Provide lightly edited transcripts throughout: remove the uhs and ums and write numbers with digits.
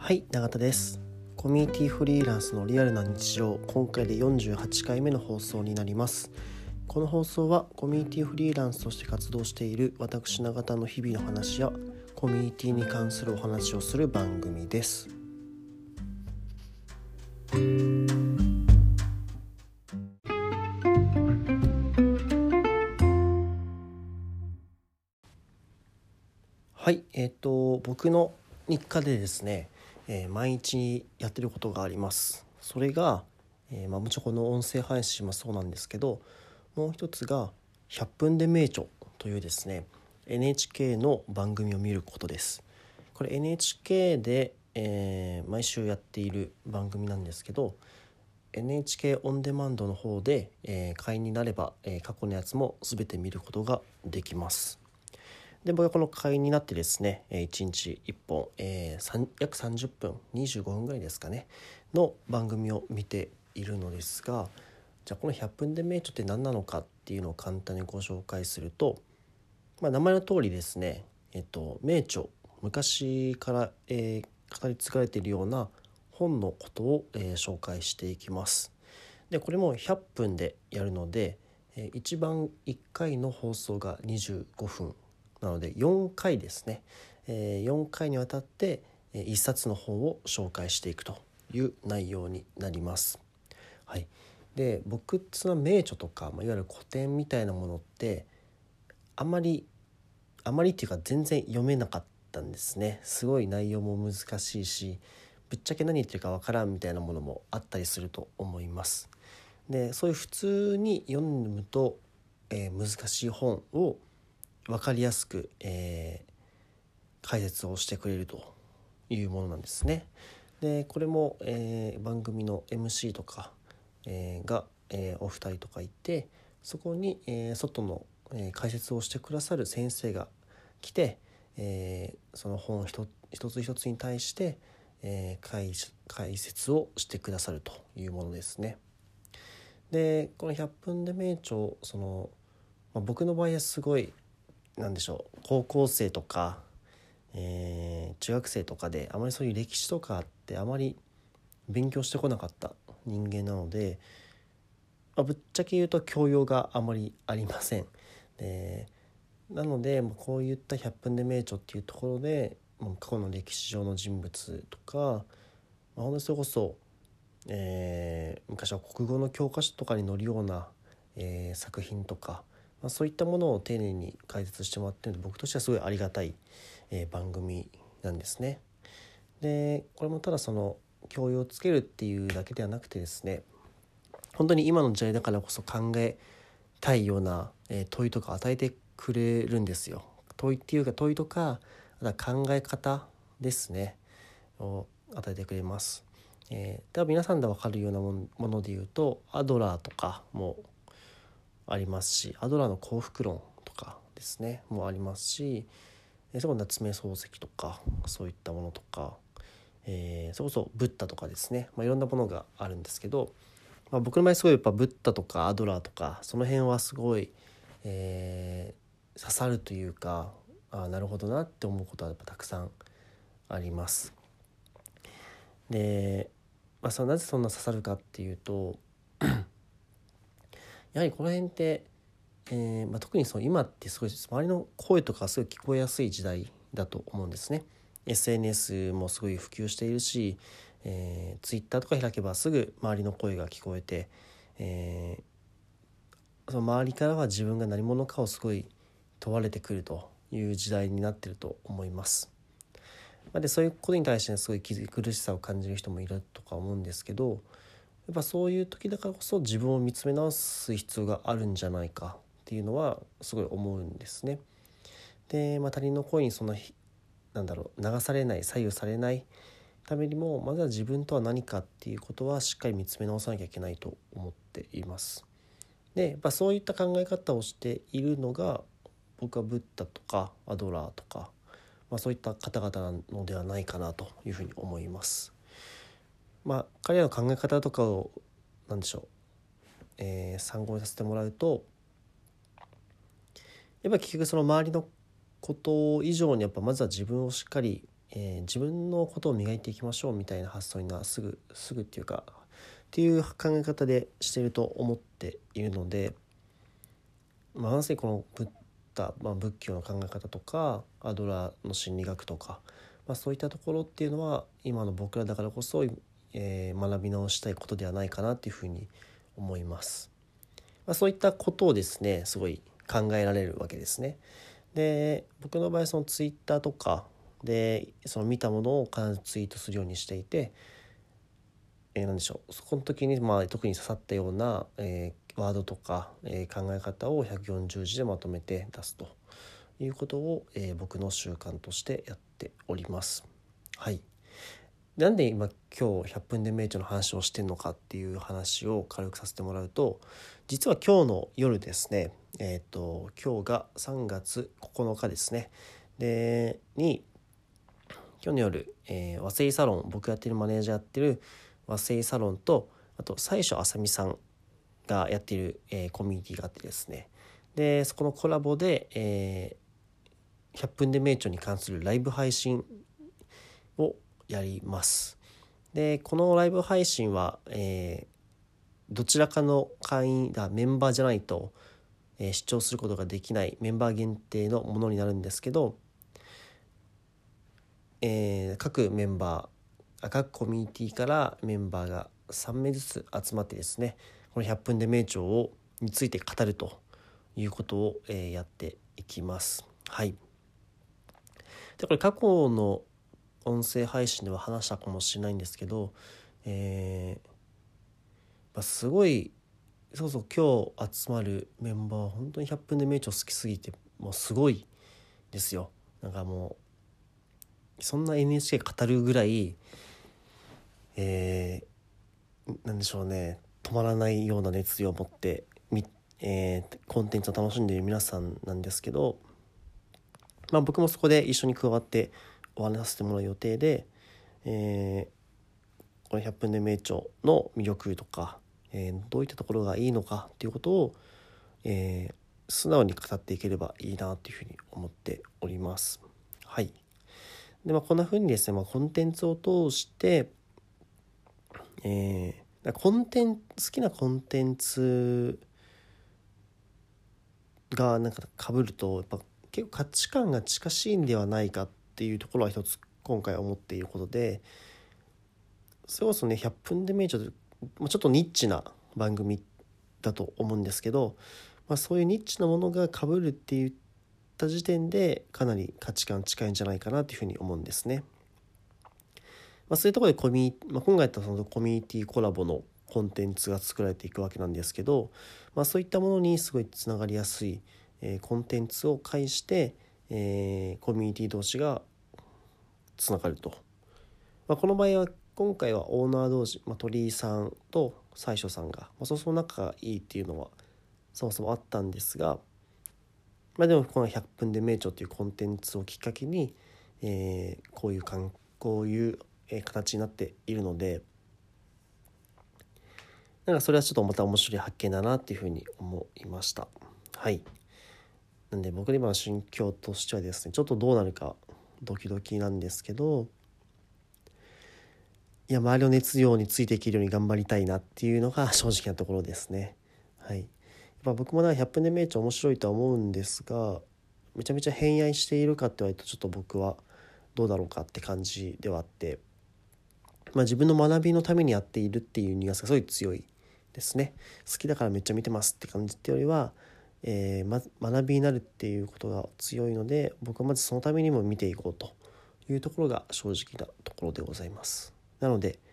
はい、永田です。コミュニティフリーランスのリアルな日常、今回で48回目の放送になります。この放送はコミュニティフリーランスとして活動している私永田の日々の話やコミュニティに関するお話をする番組です。はい、僕の日課でですね、毎日やってることがあります。それが、もちろんこの音声配信もそうなんですけど、もう一つが100分で名著というですね NHK の番組を見ることです。これ NHK で、毎週やっている番組なんですけど、 NHK オンデマンドの方で、会員になれば、過去のやつも全て見ることができます。で、僕はこの会員になってですね、1日1本、約30分25分ぐらいですかねの番組を見ているのですが、じゃあこの100分で名著って何なのかっていうのを簡単にご紹介すると、名前の通りですね、名著、昔から、語り継がれているような本のことを、紹介していきます。でこれも100分でやるので、一番1回の放送が25分なので4回ですね、4回にわたって1冊の本を紹介していくという内容になります。はい、で僕その名著とか、いわゆる古典みたいなものってあまりっていうか全然読めなかったんですね。すごい内容も難しいし、ぶっちゃけ何言ってるかわからんみたいなものもあったりすると思います。でそういう普通に読むと、難しい本を分かりやすく、解説をしてくれるというものなんですね。でこれも、番組の MC とか、が、お二人とかいて、そこに、外の、解説をしてくださる先生が来て、その本一つ一つに対して、解説をしてくださるというものですね。でこの100分で名著、僕の場合はすごいなんでしょう、高校生とか、中学生とかであまりそういう歴史とかってあまり勉強してこなかった人間なので、ぶっちゃけ言うと教養があまりありません。でなのでこういった100分で名著っていうところで過去の歴史上の人物とか、本当にそれこそ、昔は国語の教科書とかに載るような、作品とか、そういったものを丁寧に解説してもらっているので、僕としてはすごいありがたい、番組なんですね。でこれもただその教養をつけるっていうだけではなくてですね、本当に今の時代だからこそ考えたいような、問いとか与えてくれるんですよ。問いっていうか問いとか、あとは考え方ですねを与えてくれます。多分皆さんで分かるようなもので言うとアドラーとかもありますし、アドラーの幸福論とかですねもありますし、そこ夏目漱石とかそういったものとか、それこそブッダとかですね、いろんなものがあるんですけど、僕の場合すごいやっぱブッダとかアドラーとかその辺はすごい、刺さるというか、なるほどなって思うことはやっぱたくさんあります。で、なぜそんな刺さるかっていうとやはりこの辺って、特に今ってすごい周りの声とかすごい聞こえやすい時代だと思うんですね。SNS もすごい普及しているし、Twitter とか開けばすぐ周りの声が聞こえて、その周りからは自分が何者かをすごい問われてくるという時代になっていると思います。でそういうことに対してすごい苦しさを感じる人もいるとか思うんですけど、やっぱそういう時だからこそ自分を見つめ直す必要があるんじゃないかっていうのはすごい思うんですね。で、他人の声に流されない、左右されないためにも、まずは自分とは何かっていうことはしっかり見つめ直さなきゃいけないと思っています。で、そういった考え方をしているのが僕はブッダとかアドラーとか、そういった方々なのではないかなというふうに思います。彼らの考え方とかを参考にさせてもらうと、やっぱり結局その周りのこと以上にやっぱまずは自分をしっかり、 自分のことを磨いていきましょうみたいな発想にすぐっていうかっていう考え方でしていると思っているので、まさにこのブッダ、仏教の考え方とかアドラーの心理学とか、そういったところっていうのは今の僕らだからこそ、学び直したいことではないかなっていうふうに思います。そういったことをですねすごい考えられるわけですね。で僕の場合そのツイッターとかでその見たものを必ずツイートするようにしていて、何でしょう、そこの時に特に刺さったような、ワードとか、考え方を140字でまとめて出すということを、僕の習慣としてやっております。はい。なんで今日100分で名著の話をしてるのかっていう話を軽くさせてもらうと、実は今日の夜ですね、今日が3月9日ですね。で今日の夜、和製サロン、僕やってるマネージャーやってる和製サロンと、あと最初あさみさんがやっている、コミュニティがあってですね、でそこのコラボで、100分で名著に関するライブ配信をやります。でこのライブ配信は、どちらかのメンバーじゃないと、視聴することができないメンバー限定のものになるんですけど、各コミュニティからメンバーが3名ずつ集まってですね、この100分で名著について語るということを、やっていきます。はい。でこれ過去の音声配信では話したかもしれないんですけど、すごい今日集まるメンバーは本当に100分で名著好きすぎてもうすごいですよ。なんかもうそんな NHK 語るぐらい、なんでしょうね、止まらないような熱量を持ってコンテンツを楽しんでいる皆さんなんですけど、僕もそこで一緒に加わってお話しさせてもらう予定で、この100分で名著の魅力とか、どういったところがいいのかっていうことを、素直に語っていければいいなというふうに思っております。はい。でこんなふうにですね、コンテンツを通して、好きなコンテンツがなんか被るとやっぱ結構価値観が近しいんではないかっていうところは一つ今回思っていることで、それこそね100分で名著でちょっとニッチな番組だと思うんですけど、そういうニッチなものが被るって言った時点でかなり価値観近いんじゃないかなというふうに思うんですね。そういうところで今回やったそのコミュニティコラボのコンテンツが作られていくわけなんですけど、そういったものにすごいつながりやすい、コンテンツを介して、コミュニティ同士がつながると、この場合は今回はオーナー同士、鳥居さんと最初さんが、その仲がいいっていうのはそもそもあったんですが、でもこの100分で名著というコンテンツをきっかけに、こういう形になっているので、なんかそれはちょっとまた面白い発見だなっていうふうに思いました。はい。なんで僕の今の心境としてはですね、ちょっとどうなるかドキドキなんですけど、周りの熱量についていけるように頑張りたいなっていうのが正直なところですね。はい。僕も100分で名著面白いとは思うんですが、めちゃめちゃ偏愛しているかって言われるとちょっと僕はどうだろうかって感じではあって、自分の学びのためにやっているっていうニュアンスがすごい強いですね。好きだからめっちゃ見てますって感じってよりは、学びになるっていうことが強いので、僕はまずそのためにも見ていこうというところが正直なところでございます。なので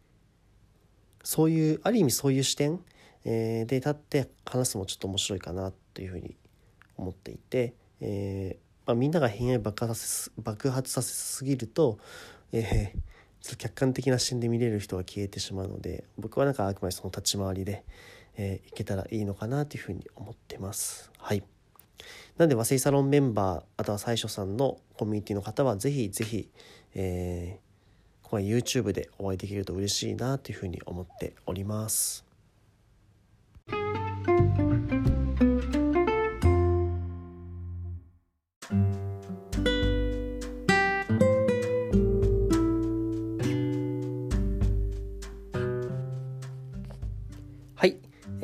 ある意味そういう視点、で立って話すのもちょっと面白いかなというふうに思っていて、みんなが偏愛爆発させすぎると、ちょっと客観的な視点で見れる人が消えてしまうので、僕はあくまでその立ち回りで、いけたらいいのかなというふうに思ってます。はい。なので和製サロンメンバー、あとは最初さんのコミュニティの方はぜひぜひ、ここは YouTube でお会いできると嬉しいなというふうに思っております。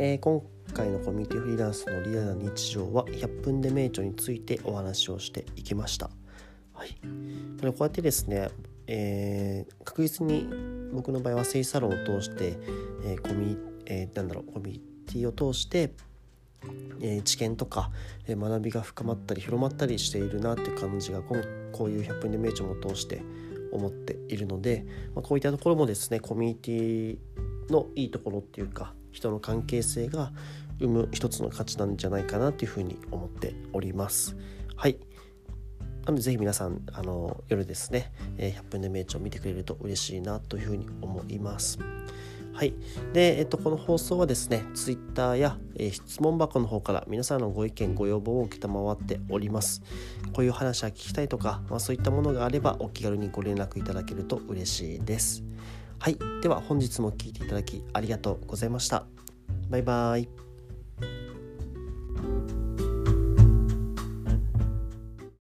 今回のコミュニティフリーランスのリアルな日常は100分で名著についてお話をしていきました。はい、こうやってですね、確実に僕の場合はセイサロンを通して、コミュニティを通して知見とか学びが深まったり広まったりしているなっていう感じがこういう100分で名著も通して思っているので、こういったところもですねコミュニティのいいところっていうか人の関係性が生む一つの価値なんじゃないかなというふうに思っております。はい、なのでぜひ皆さん夜ですね100分で名著を見てくれると嬉しいなというふうに思います。はい、で、この放送はですね、ツイッターや、質問箱の方から皆さんのご意見ご要望を受けたまわっております。こういう話は聞きたいとか、そういったものがあればお気軽にご連絡いただけると嬉しいです。はい、では本日も聞いていただきありがとうございました。バイバイ。